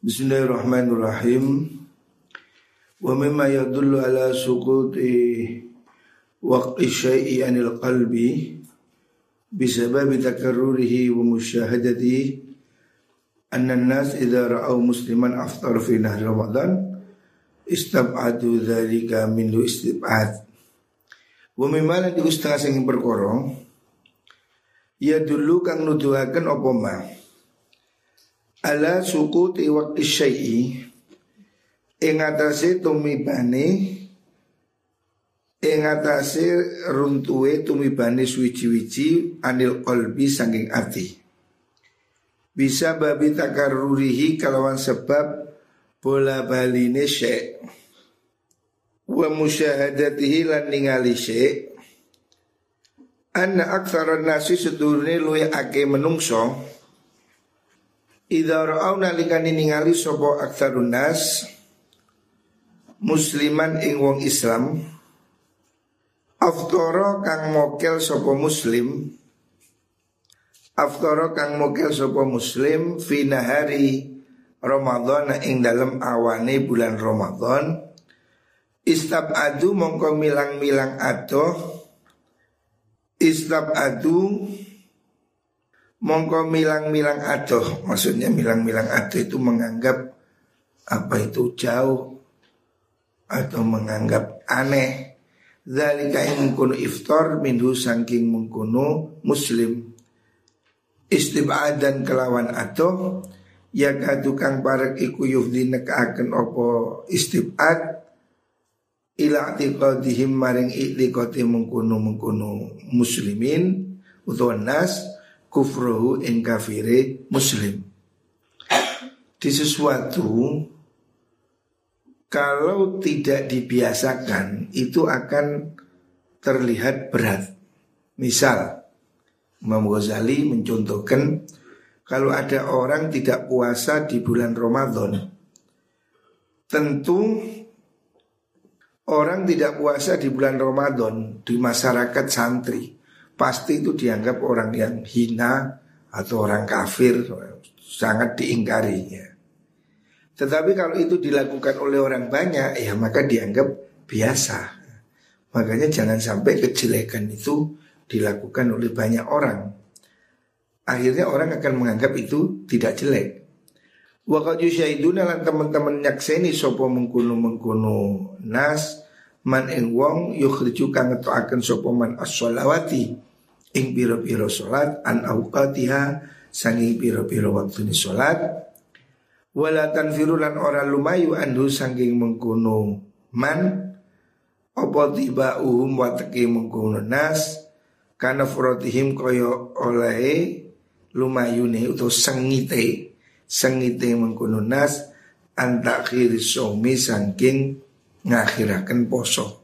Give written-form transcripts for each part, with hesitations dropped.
Bismillahirrahmanirrahim. Wa mimma yadullu ala suquti waqti syai'i anil qalbi bisababi takarrurihi wa musyahadatihi anna an-nas idza ra'aw musliman aftar fi nahri Ramadan istab'adu dzalika minhu istib'ad. Wa mimma lan diustah sing perkara ya dulu kang nuduhaken apa ma ala suquti waqti syai'i ing atase tumibane ing atase runtuhe tumibane suwi-wiji anil qalbi saking ati bisa babi takarrurihi kalawan sebab bola baline syai' wa musyahadatihi lan ningali syai' anna aktsaran nasi sedurune luwih akeh menungso idza ra'au nalikane ningali sapa aktsarun nas musliman ing wong Islam aftara kang mokel sapa muslim fi nahari Ramadan ing dalem awane bulan Ramadan istabadu mongko milang-milang adoh mongko milang-milang adoh, maksudnya milang-milang adoh itu menganggap apa itu jauh atau menganggap aneh. Zalika ing mengkono iftar minhu saking mengkono muslim istib'adan kelawan adoh ya kadukang parek iku yufdi nekaaken opo istib'ad ila i'tiqadihim maring i'tiqadi mengkono muslimin utawa nas kufruhu ing kafire muslim. Di sesuatu kalau tidak dibiasakan itu akan terlihat berat. Misal Imam Ghazali mencontohkan kalau ada orang tidak puasa di bulan Ramadan, tentu orang tidak puasa di bulan Ramadan di masyarakat santri pasti itu dianggap orang yang hina atau orang kafir, sangat diingkarinya. Tetapi kalau itu dilakukan oleh orang banyak, ya maka dianggap biasa. Makanya jangan sampai kejelekan itu dilakukan oleh banyak orang. Akhirnya orang akan menganggap itu tidak jelek. Wa qad yusyahiduna lan teman-teman nyakseni sapa mengkono nas man ing wong yukhriju kang ngetokaken sapa man as-shalawati ing pira-pira salat an auqatiha sangi pira-pira waktune salat wala tanfiru lan ora lumayu anhu saking mengkono man apa tibauhum wa taqi mengkono nas kana furatihim kaya oleh lumayune utawa sengite mengkono nas antakhir sumi saking ngakhiraken poso.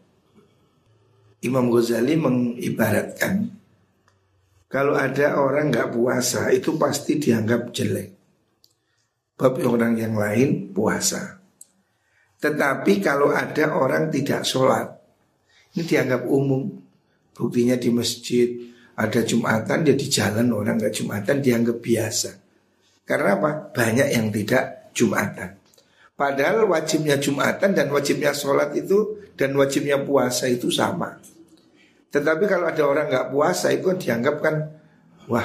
Imam Ghazali mengibaratkan kalau ada orang gak puasa itu pasti dianggap jelek, bab orang yang lain puasa. Tetapi kalau ada orang tidak sholat, ini dianggap umum. Buktinya di masjid ada Jumatan, dia di jalan orang gak Jumatan dianggap biasa. Karena apa? Banyak yang tidak Jumatan. Padahal wajibnya Jumatan dan wajibnya sholat itu dan wajibnya puasa itu sama. Tetapi kalau ada orang gak puasa itu dianggap kan wah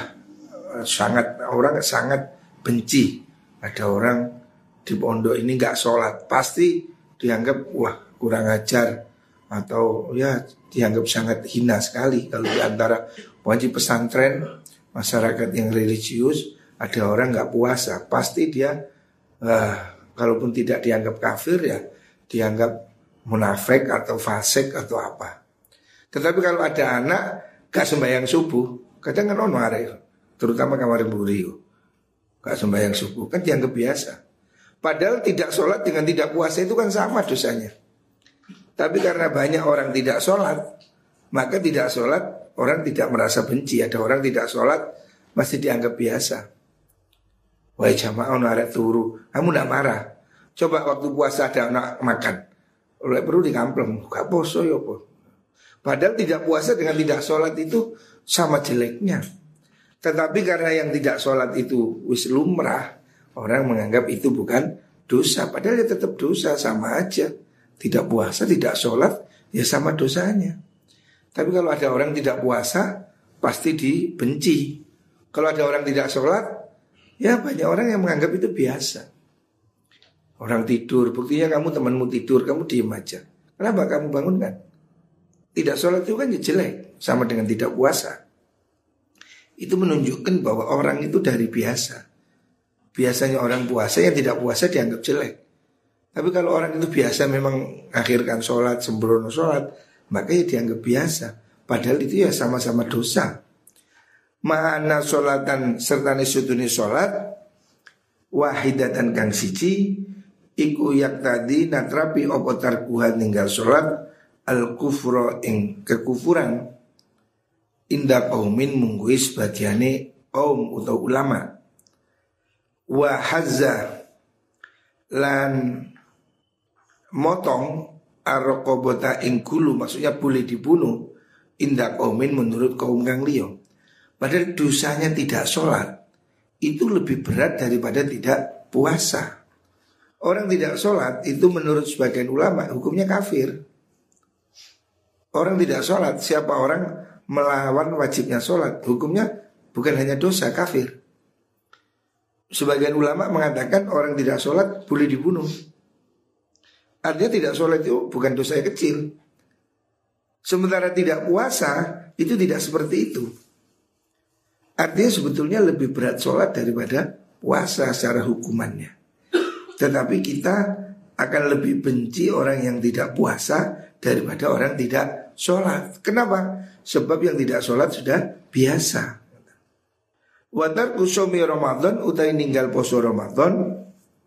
orang sangat benci. Ada orang di pondok ini gak sholat, pasti dianggap wah kurang ajar atau ya dianggap sangat hina sekali. Kalau di antara wajib pesantren masyarakat yang religius ada orang gak puasa, pasti dia kalaupun tidak dianggap kafir ya dianggap munafik atau fasik atau apa. Tetapi kalau ada anak gak sembahyang subuh, kadang kan ono arek, terutama kemarin buri gak sembahyang subuh kan dianggap biasa. Padahal tidak sholat dengan tidak puasa itu kan sama dosanya. Tapi karena banyak orang tidak sholat, maka tidak sholat orang tidak merasa benci. Ada orang tidak sholat masih dianggap biasa. Wahai jamaah arek turu, kamu nak marah. Coba waktu puasa ada anak makan, oleh perlu dikampleng, gak poso ya po. Padahal tidak puasa dengan tidak sholat itu sama jeleknya. Tetapi karena yang tidak sholat itu wis lumrah, orang menganggap itu bukan dosa. Padahal ya tetap dosa, sama aja. Tidak puasa, tidak sholat, ya sama dosanya. Tapi kalau ada orang tidak puasa, pasti dibenci. Kalau ada orang tidak sholat, ya banyak orang yang menganggap itu biasa. Orang tidur, buktinya kamu temanmu tidur, kamu diem aja. Kenapa kamu bangunkan? Tidak sholat itu kan jelek, sama dengan tidak puasa. Itu menunjukkan bahwa orang itu dari biasa. Biasanya orang puasa, yang tidak puasa dianggap jelek. Tapi kalau orang itu biasa memang akhirkan sholat, sembrono sholat, maka ya dianggap biasa. Padahal itu ya sama-sama dosa. Ma'ana sholatan serta nisutuni sholat, wahidatan kang siji, iku yak tadi natrapi opo tarkuhan ninggal sholat, al-kufro ing kekufuran, inda qaumin mungguhi sebagiane kaum atau ulama. Wa hazza lan motong arqobota ing gulu, maksudnya boleh dibunuh inda qaumin menurut kaum kang liya. Padahal dosanya tidak sholat itu lebih berat daripada tidak puasa. Orang tidak sholat itu menurut sebagian ulama hukumnya kafir. Orang tidak sholat, siapa orang melawan wajibnya sholat, hukumnya bukan hanya dosa, kafir. Sebagian ulama mengatakan orang tidak sholat boleh dibunuh. Artinya tidak sholat itu bukan dosa yang kecil. Sementara tidak puasa itu tidak seperti itu. Artinya sebetulnya lebih berat sholat daripada puasa secara hukumannya. Tetapi kita akan lebih benci orang yang tidak puasa daripada orang tidak sholat. Kenapa? Sebab yang tidak sholat sudah biasa. Watar kusomi Ramadan utai ninggal poso Ramadan,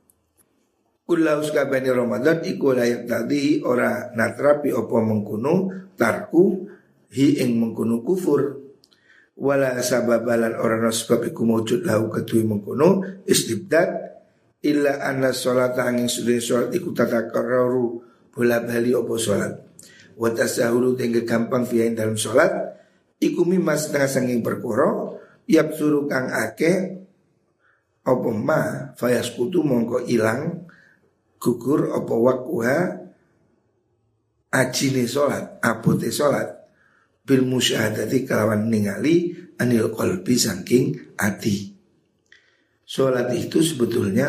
kulaus kabani Ramadan iku layak tadi ora natrapi opo mengkuno tarku hi ing mengkuno kufur. Wala sababalan orang sebab iku mawujud lahu kedui mengkuno istibdad illa anna sholata angin sudah sholat iku tatakarraru bola bali opo sholat. Wa tasahulu tinggal gampang fiyain dalam sholat iku mimma setengah sanging perkara yap suruh kang ake opo ma fayaskutu mongko ilang gugur opo wakuha ajine sholat abote sholat bil musyahadati kalawan ningali anil qalbi saking ati. Sholat itu sebetulnya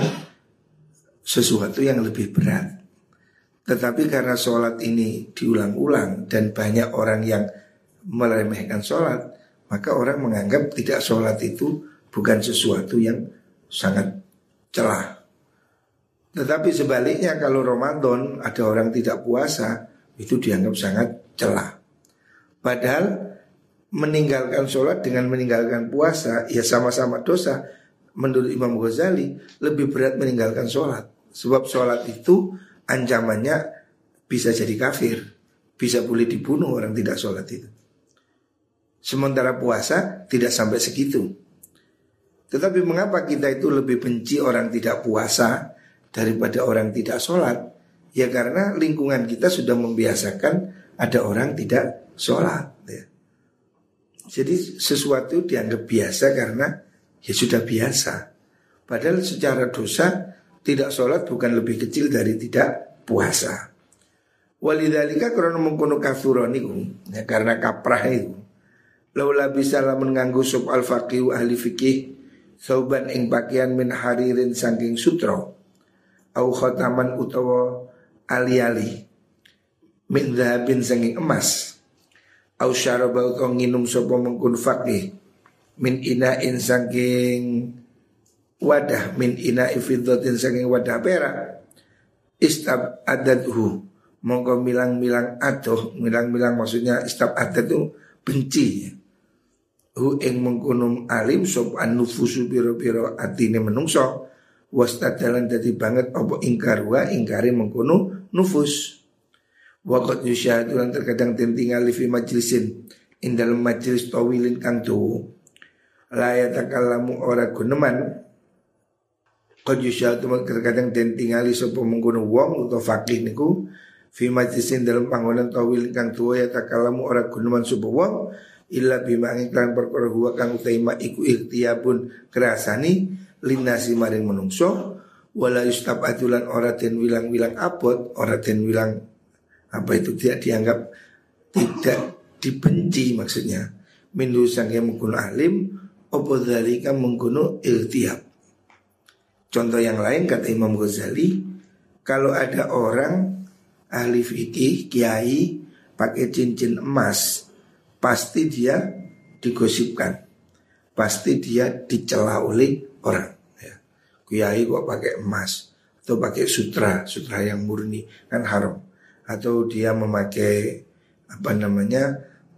sesuatu yang lebih berat. Tetapi karena sholat ini diulang-ulang dan banyak orang yang meremehkan sholat, maka orang menganggap tidak sholat itu bukan sesuatu yang sangat celah. Tetapi sebaliknya kalau Ramadan ada orang tidak puasa, itu dianggap sangat celah. Padahal meninggalkan sholat dengan meninggalkan puasa ya sama-sama dosa. Menurut Imam Ghazali lebih berat meninggalkan sholat. Sebab sholat itu ancamannya bisa jadi kafir, bisa boleh dibunuh orang tidak sholat itu. Sementara puasa tidak sampai segitu. Tetapi mengapa kita itu lebih benci orang tidak puasa daripada orang tidak sholat? Ya karena lingkungan kita sudah membiasakan ada orang tidak sholat ya. Jadi sesuatu dianggap biasa karena ya sudah biasa. Padahal secara dosa tidak sholat bukan lebih kecil dari tidak puasa. Walidzalika karena mengkono kafuron itu ya, karena kaprah itu. Laula bisa lamun nganggo sub al faqih ahli fikih sauban ing pakaian min haririn saking sutra au khataman utawa ali-ali min dhahabin saking emas au syaraba utawa nginum sapa mengkun faqih min inain saking wadah min ina'i fiddatin saking wadah perak istab adadhu mongko milang-milang adoh milang-milang maksudnya istab adad itu benci hu ing mengkunum alim sop an-nufusu biro-biro atine menungso wastadalan dadi banget apa ingkarwa ingkari mengkunu nufus waqat yusyahadu lan terkadang den tingali fi majlisin ing dalem majlis tawilin kang tuwa la yatakallamu ora guneman qad yusyahadu terkadang den tingali sapa mengkunu wong utawa faqih niku fi majlisin dalem panggonan tawilin kang tuwa yatakallamu ora guneman sapa wong illa bima ingkang perkara huwa kang utaima iku ikhtiabun kerasani linasi maring menungso Wala yustab'atulan ora den wilang-wilang abot, ora den wilang apa itu, tidak dianggap, tidak dibenci maksudnya. Minhu sangya mengkuno alim, opo dzalika mengkuno iltihab. Contoh yang lain kata Imam Ghazali, kalau ada orang ahli fikih, kiai pakai cincin emas, pasti dia digosipkan, pasti dia dicela oleh orang. Kiai kok pakai emas atau pakai sutra yang murni, kan haram. Atau dia memakai apa namanya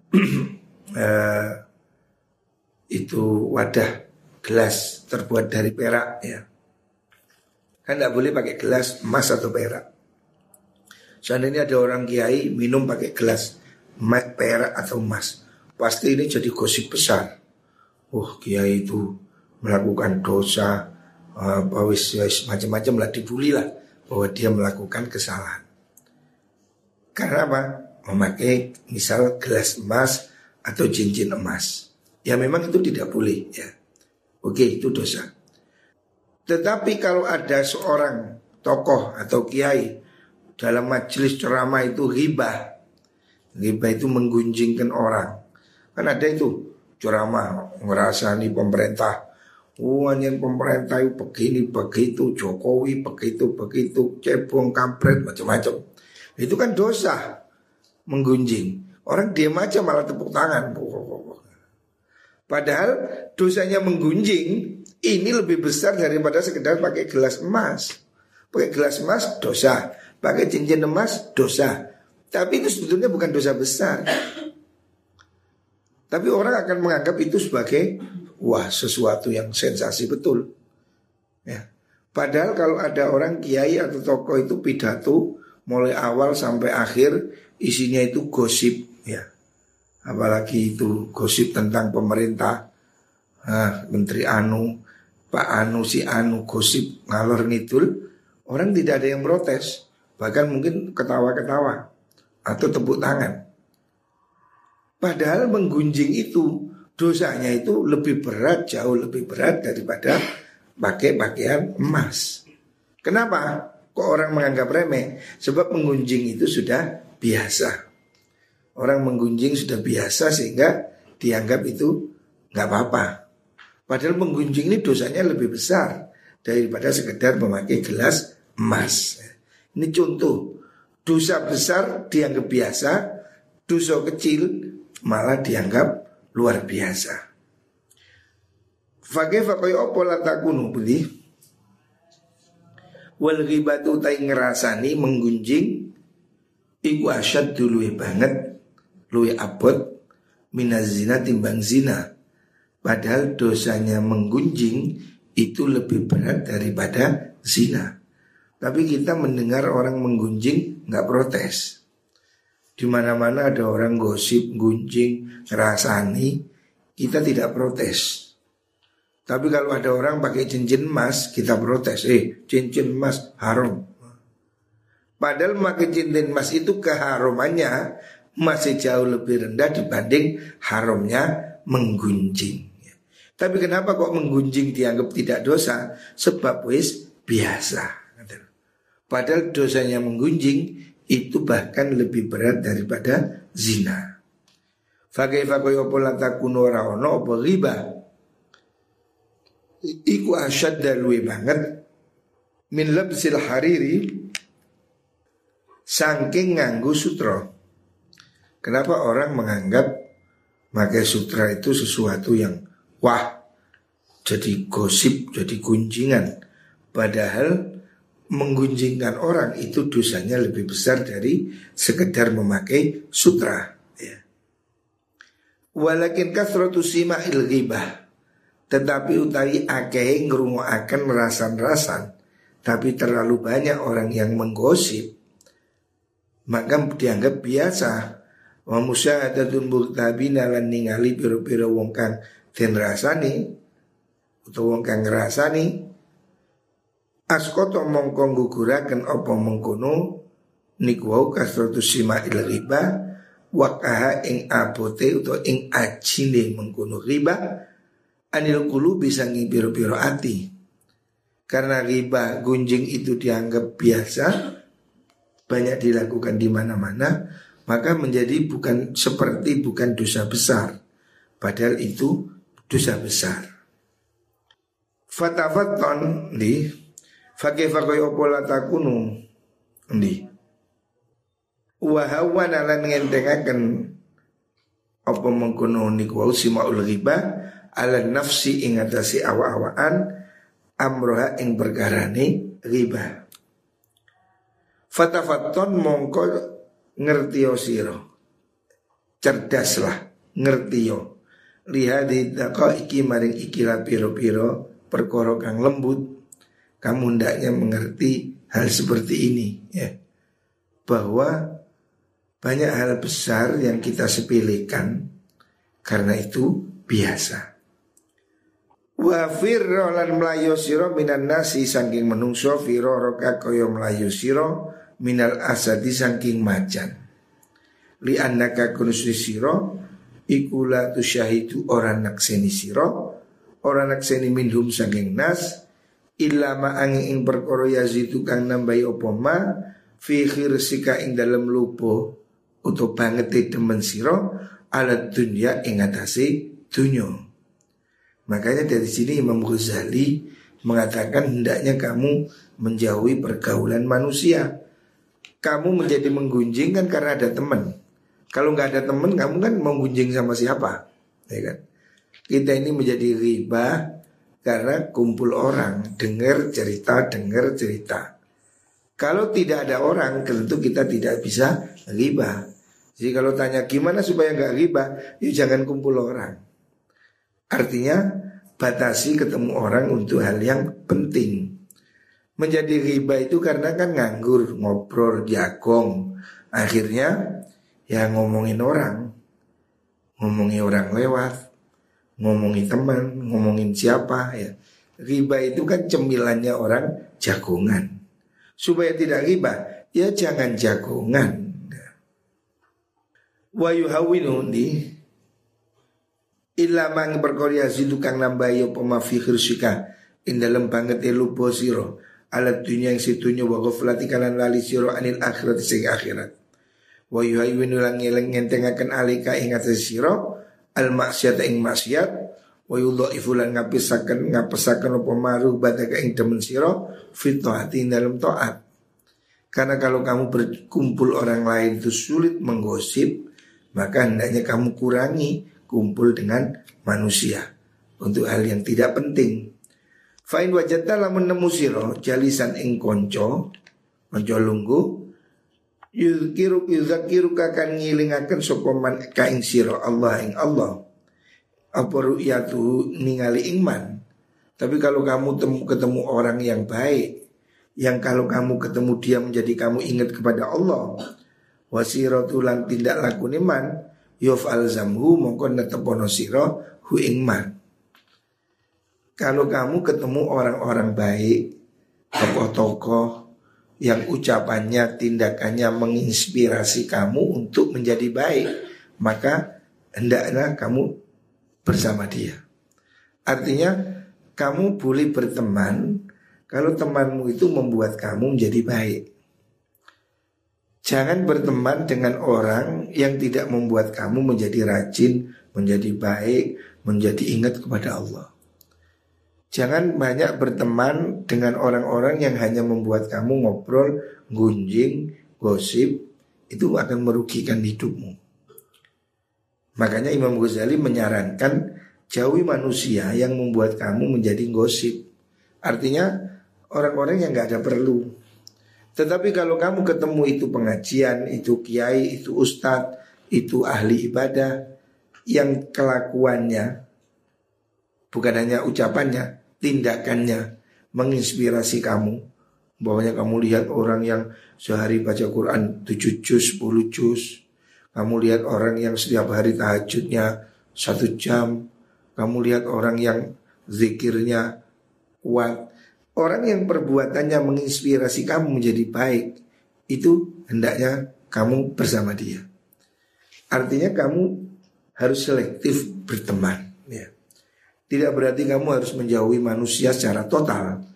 itu wadah gelas terbuat dari perak ya. Kan tidak boleh pakai gelas emas atau perak. Seandainya ada orang kiai minum pakai gelas perak atau emas, pasti ini jadi gosip besar. Kiai itu melakukan dosa, macam-macam lah, dibully lah bahwa dia melakukan kesalahan. Karena apa? Memakai misal gelas emas atau cincin emas. Ya memang itu tidak boleh ya. Oke, itu dosa. Tetapi kalau ada seorang tokoh atau kiai dalam majelis ceramah itu ghibah. Ghibah itu menggunjingkan orang. Kan ada itu ceramah ngerasani pemerintah. Yang pemerintah itu begini begitu, Jokowi begitu, cebong kampret macam-macam. Itu kan dosa, menggunjing. Orang diam aja malah tepuk tangan. Padahal dosanya menggunjing ini lebih besar daripada sekedar pakai gelas emas. Pakai gelas emas dosa, pakai cincin emas dosa. Tapi itu sebetulnya bukan dosa besar. Tapi orang akan menganggap itu sebagai sesuatu yang sensasi betul ya. Padahal kalau ada orang kiai atau tokoh itu pidato mulai awal sampai akhir isinya itu gosip ya. Apalagi itu gosip tentang pemerintah, Menteri Anu, Pak Anu, si Anu, gosip ngalor ngidul, orang tidak ada yang protes, bahkan mungkin ketawa-ketawa atau tepuk tangan. Padahal menggunjing itu dosanya itu lebih berat, jauh lebih berat daripada pakai pakaian emas. Kenapa? Kok orang menganggap remeh? Sebab menggunjing itu sudah biasa. Orang menggunjing sudah biasa sehingga dianggap itu nggak apa-apa. Padahal menggunjing ini dosanya lebih besar daripada sekedar memakai gelas emas. Ini contoh, dosa besar dianggap biasa, dosa kecil malah dianggap luar biasa. Fakaifa kaya apa la takunu beli wal ghibatu tai ngerasani menggunjing iku asyad luwih banget, luwih abot minaz zina timbang zina. Padahal dosanya menggunjing itu lebih berat daripada zina. Tapi kita mendengar orang menggunjing nggak protes. Di mana-mana ada orang gosip, gunjing, ngerasani, kita tidak protes. Tapi kalau ada orang pakai cincin emas, kita protes. Cincin emas haram. Padahal pakai cincin emas itu keharumannya masih jauh lebih rendah dibanding haramnya menggunjing. Tapi kenapa kok menggunjing dianggap tidak dosa? Sebab wis biasa. Padahal dosanya menggunjing itu bahkan lebih berat daripada zina. Fakaifa kaya apa latakunu ora ono apa riba. Iku asyadda luwe banget min labsil hariri saking nganggo sutra. Kenapa orang menganggap pakai sutra itu sesuatu yang jadi gosip, jadi gunjingan. Padahal menggunjingkan orang itu dosanya lebih besar dari sekedar memakai sutra ya. Walakin kasratu sima'il ghibah, tetapi utawi akeh ngrungokaken rasan-rasan, tapi terlalu banyak orang yang menggosip, maka dianggap biasa. Wa musyahadatul murtabina lan ningali pira-pira wong kang den rasani utawa wong kang ngrasani askoto mongko guguraken apa mengkono niku wau kasratu sima'il riba waqaha ing abote utawa ing ajine mengkono riba anil qulubi sangi pira-pira ati. Karena riba gunjing itu dianggap biasa, banyak dilakukan di mana-mana, maka menjadi bukan dosa besar. Padahal itu dosa besar. Fatafatton di fakaifa koyopola takunu di wahawan ala ngentengaken apa mengkono niku wau simaul riba ala nafsi ing atase awa-awaan amroha ing perkarane riba. Fatafatton mongko ngertiyo sira, cerdaslah ngertiyo lihadi daka iki maring ikilah piro-piro perkara kang lembut. Kamu hendaknya mengerti hal seperti ini ya, bahwa banyak hal besar yang kita sepelekan karena itu biasa. Wa firra lan mlayu sira minan nasi saking menungso firra ka kaya mlayu sira minal asadi saking macan. Li annaka kunusri sira iku la tusyahidu ora nakseni sira ora nakseni minhum saking nas illa ma angin perkara yazidu kang nambahi apa ma fi khirsika ing dalem lupo utawa banget demen sira ala dunya ing atase dunya. Makanya dari sini Imam Ghazali mengatakan hendaknya kamu menjauhi pergaulan manusia. Kamu menjadi menggunjing kan karena ada teman. Kalau nggak ada teman kamu kan mau gunjing sama siapa, ya kan? Kita ini menjadi riba karena kumpul orang, dengar cerita. Kalau tidak ada orang tentu kita tidak bisa riba. Jadi kalau tanya gimana supaya nggak riba, ya jangan kumpul orang. Artinya batasi ketemu orang untuk hal yang penting. Menjadi riba itu karena kan nganggur, ngobrol, jagong. Akhirnya ya ngomongin orang lewat, ngomongin teman, ngomongin siapa ya. Riba itu kan cemilannya orang jagongan. Supaya tidak riba, ya jangan jagongan. Wa yuhawwinu di illa mang perkara yazidu kang nambahi apa ma fi khirsika ing dalem banget lupa sira alat dunya yang situnya wa ghaflati kalan lali sira anil akhirat sing akhirat. Wa yuhaywinu lan ngentengaken alika ing atas sira al maksiat ing maksiat wa yudhaifu lan ngapesaken apa maruh badaka ing demen sira fi taati dalam taat. Karena kalau kamu berkumpul orang lain itu sulit menggosip, maka hendaknya kamu kurangi kumpul dengan manusia untuk hal yang tidak penting. Fa'in wajadta lamun nemu sira jalisan ing konco lungguh yuzakiru kakan ngilingaken sapa man ka ing sira Allah ing Allah. Apa ru'yatu ningali iman. Tapi kalau kamu ketemu orang yang baik, yang kalau kamu ketemu dia menjadi kamu ingat kepada Allah, wasiratulan tindak laku iman yuf alzamhu mongko netepono sira hu ingman. Kalau kamu ketemu orang-orang baik, tokoh-tokoh yang ucapannya, tindakannya menginspirasi kamu untuk menjadi baik, maka hendaklah kamu bersama dia. Artinya kamu boleh berteman kalau temanmu itu membuat kamu menjadi baik. Jangan berteman dengan orang yang tidak membuat kamu menjadi rajin, menjadi baik, menjadi ingat kepada Allah. Jangan banyak berteman dengan orang-orang yang hanya membuat kamu ngobrol, gunjing, gosip. Itu akan merugikan hidupmu. Makanya Imam Ghazali menyarankan jauhi manusia yang membuat kamu menjadi gosip. Artinya orang-orang yang gak ada perlu. Tetapi kalau kamu ketemu itu pengajian, itu kiai, itu ustadz, itu ahli ibadah, yang kelakuannya bukan hanya ucapannya, tindakannya menginspirasi kamu. Bahwanya kamu lihat orang yang sehari baca Quran 7 juz, 10 juz. Kamu lihat orang yang setiap hari tahajudnya 1 jam. Kamu lihat orang yang zikirnya kuat. Orang yang perbuatannya menginspirasi kamu menjadi baik, itu hendaknya kamu bersama dia. Artinya kamu harus selektif berteman ya. Tidak berarti kamu harus menjauhi manusia secara total.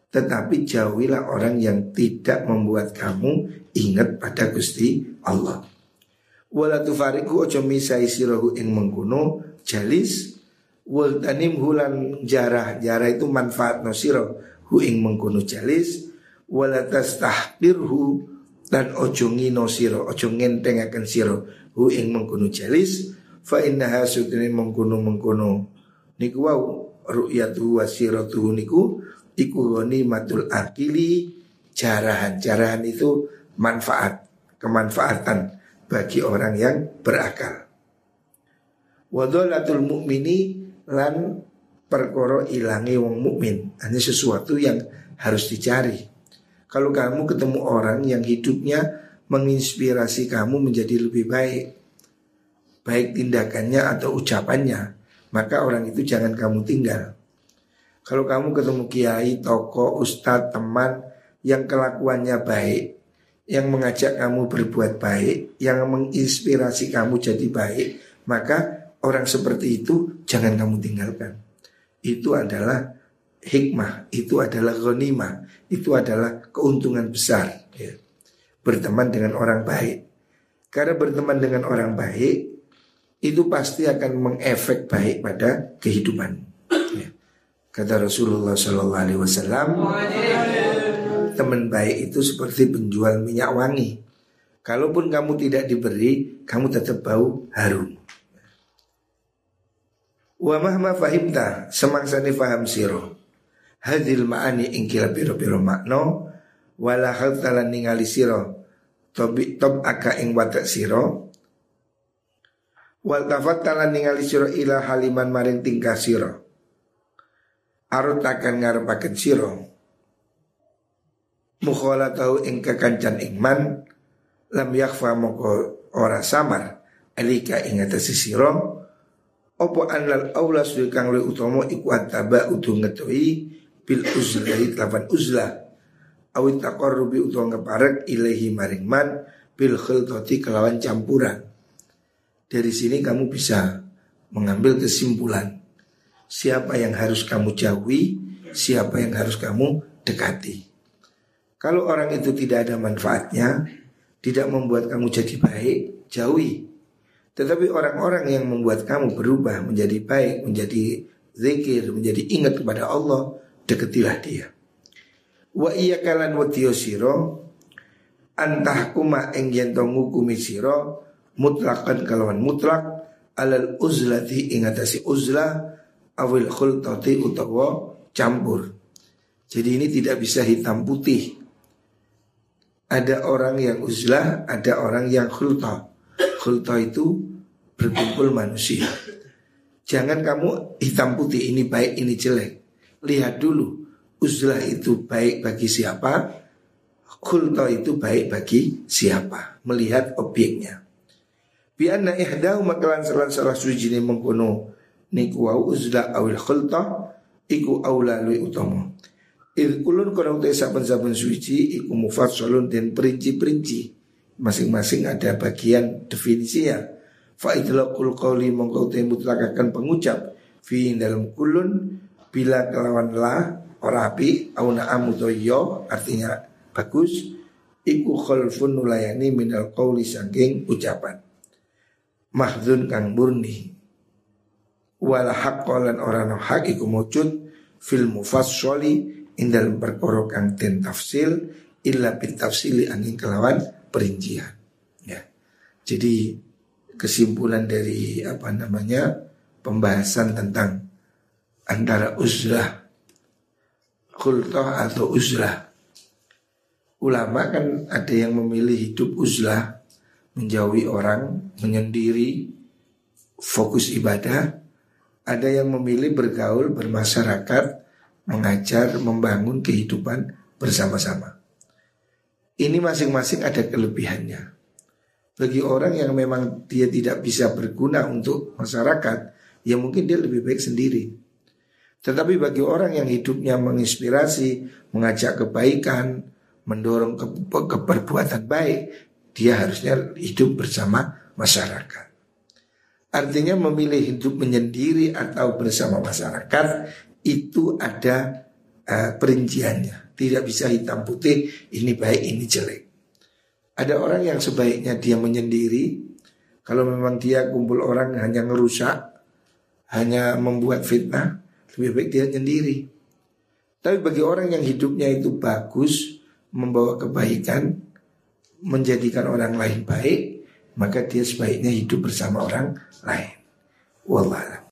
tetapi jauhilah orang yang tidak membuat kamu ingat pada Gusti Allah. Wala tufariqu ojo misai sirahu ing mengkuno jalis wal tanim hulan jarah itu manfaat no siro hu ing mengkuno jalis wala tastahqirhu dan ojo ngino siro ojo ngentengaken siro hu ing mengkuno jalis fa innaha sudene mengkuno niku wau ru'yatu wasiratu niku iku ghanimatul akili. Jarahan itu kemanfaatan bagi orang yang berakal. Wadolatul mukmini lan perkara ilangi wong mukmin. Hanya sesuatu yang harus dicari. Kalau kamu ketemu orang yang hidupnya menginspirasi kamu menjadi lebih baik, baik tindakannya atau ucapannya, maka orang itu jangan kamu tinggal. Kalau kamu ketemu kiai, tokoh, ustadz, teman yang kelakuannya baik, yang mengajak kamu berbuat baik, yang menginspirasi kamu jadi baik, maka orang seperti itu jangan kamu tinggalkan. Itu adalah hikmah, itu adalah ghanimah, itu adalah keuntungan besar ya. Berteman dengan orang baik. Karena berteman dengan orang baik itu pasti akan mengefek baik pada kehidupan. Kata Rasulullah SAW, teman baik itu seperti penjual minyak wangi. Kalaupun kamu tidak diberi, kamu tetap bau harum. Wa mahma fahimta, semangsane faham siro hadil ma'ani ingkila biro-biro makno, wala khaltalan ningali siro tob aka ing watak siro, wal tafattalan ningali siro ila haliman maring tingkah siro, arut akan ngarepaken siro mukhalatahu ing kekancan ingman lam yakhfa moko ora samar alika ing atase siro opo anal aula suwi kang luwih utama iku ataba utu ngetoi bil uzlahi lawan uzlah awit taqarrubi utawa ngeparek ilahi maring man bil khiltati kelawan campuran. Dari sini kamu bisa mengambil kesimpulan siapa yang harus kamu jauhi, siapa yang harus kamu dekati. Kalau orang itu tidak ada manfaatnya, tidak membuat kamu jadi baik, jauhi. Tetapi orang-orang yang membuat kamu berubah menjadi baik, menjadi zikir, menjadi ingat kepada Allah, deketilah dia. Wa iya kalan wadiyo siro antah kuma enggen to ngukumi siro mutlakan kalawan mutlak alal uzlati ingatasi uzlah awil khultati utawa campur. Jadi ini tidak bisa hitam putih. Ada orang yang uzlah, ada orang yang khultah. Khultah itu berkumpul manusia. Jangan kamu hitam putih, ini baik, ini jelek. Lihat dulu uzlah itu baik bagi siapa, khultah itu baik bagi siapa. Melihat objeknya. Bi'anna ihdahu makalan salah sujini mengkono niku wa uzlah awil khultah iku aula lui utama. Il kulun kono te saben-saben suci iku mufassalun dan perinci-perinci. Masing-masing ada bagian definisinya. Fa idlaqul qauli mongko te mutlakakan pengucap fi dalam kulun bila kelawan la ora api au na'am yo artinya bagus iku khalfun nulayani minal qauli saking ucapan. Mahdzun kang murni wala haqqalan orang hak iku mujud fil mufassali indal perkara kang den tafsil illa bit tafsili angin kelawan perincian ya. Jadi kesimpulan dari pembahasan tentang antara uzlah khultah atau uzlah. Ulama kan ada yang memilih hidup uzlah, menjauhi orang, menyendiri, fokus ibadah. Ada yang memilih bergaul, bermasyarakat, mengajar, membangun kehidupan bersama-sama. Ini masing-masing ada kelebihannya. Bagi orang yang memang dia tidak bisa berguna untuk masyarakat, ya mungkin dia lebih baik sendiri. Tetapi bagi orang yang hidupnya menginspirasi, mengajak kebaikan, mendorong keperbuatan baik, dia harusnya hidup bersama masyarakat. Artinya memilih hidup menyendiri atau bersama masyarakat itu ada perinciannya. Tidak bisa hitam putih, ini baik, ini jelek. Ada orang yang sebaiknya dia menyendiri. Kalau memang dia kumpul orang hanya ngerusak, hanya membuat fitnah, lebih baik dia sendiri. Tapi bagi orang yang hidupnya itu bagus, membawa kebaikan, menjadikan orang lain baik, maka dia sebaiknya hidup bersama orang lain. Wallah.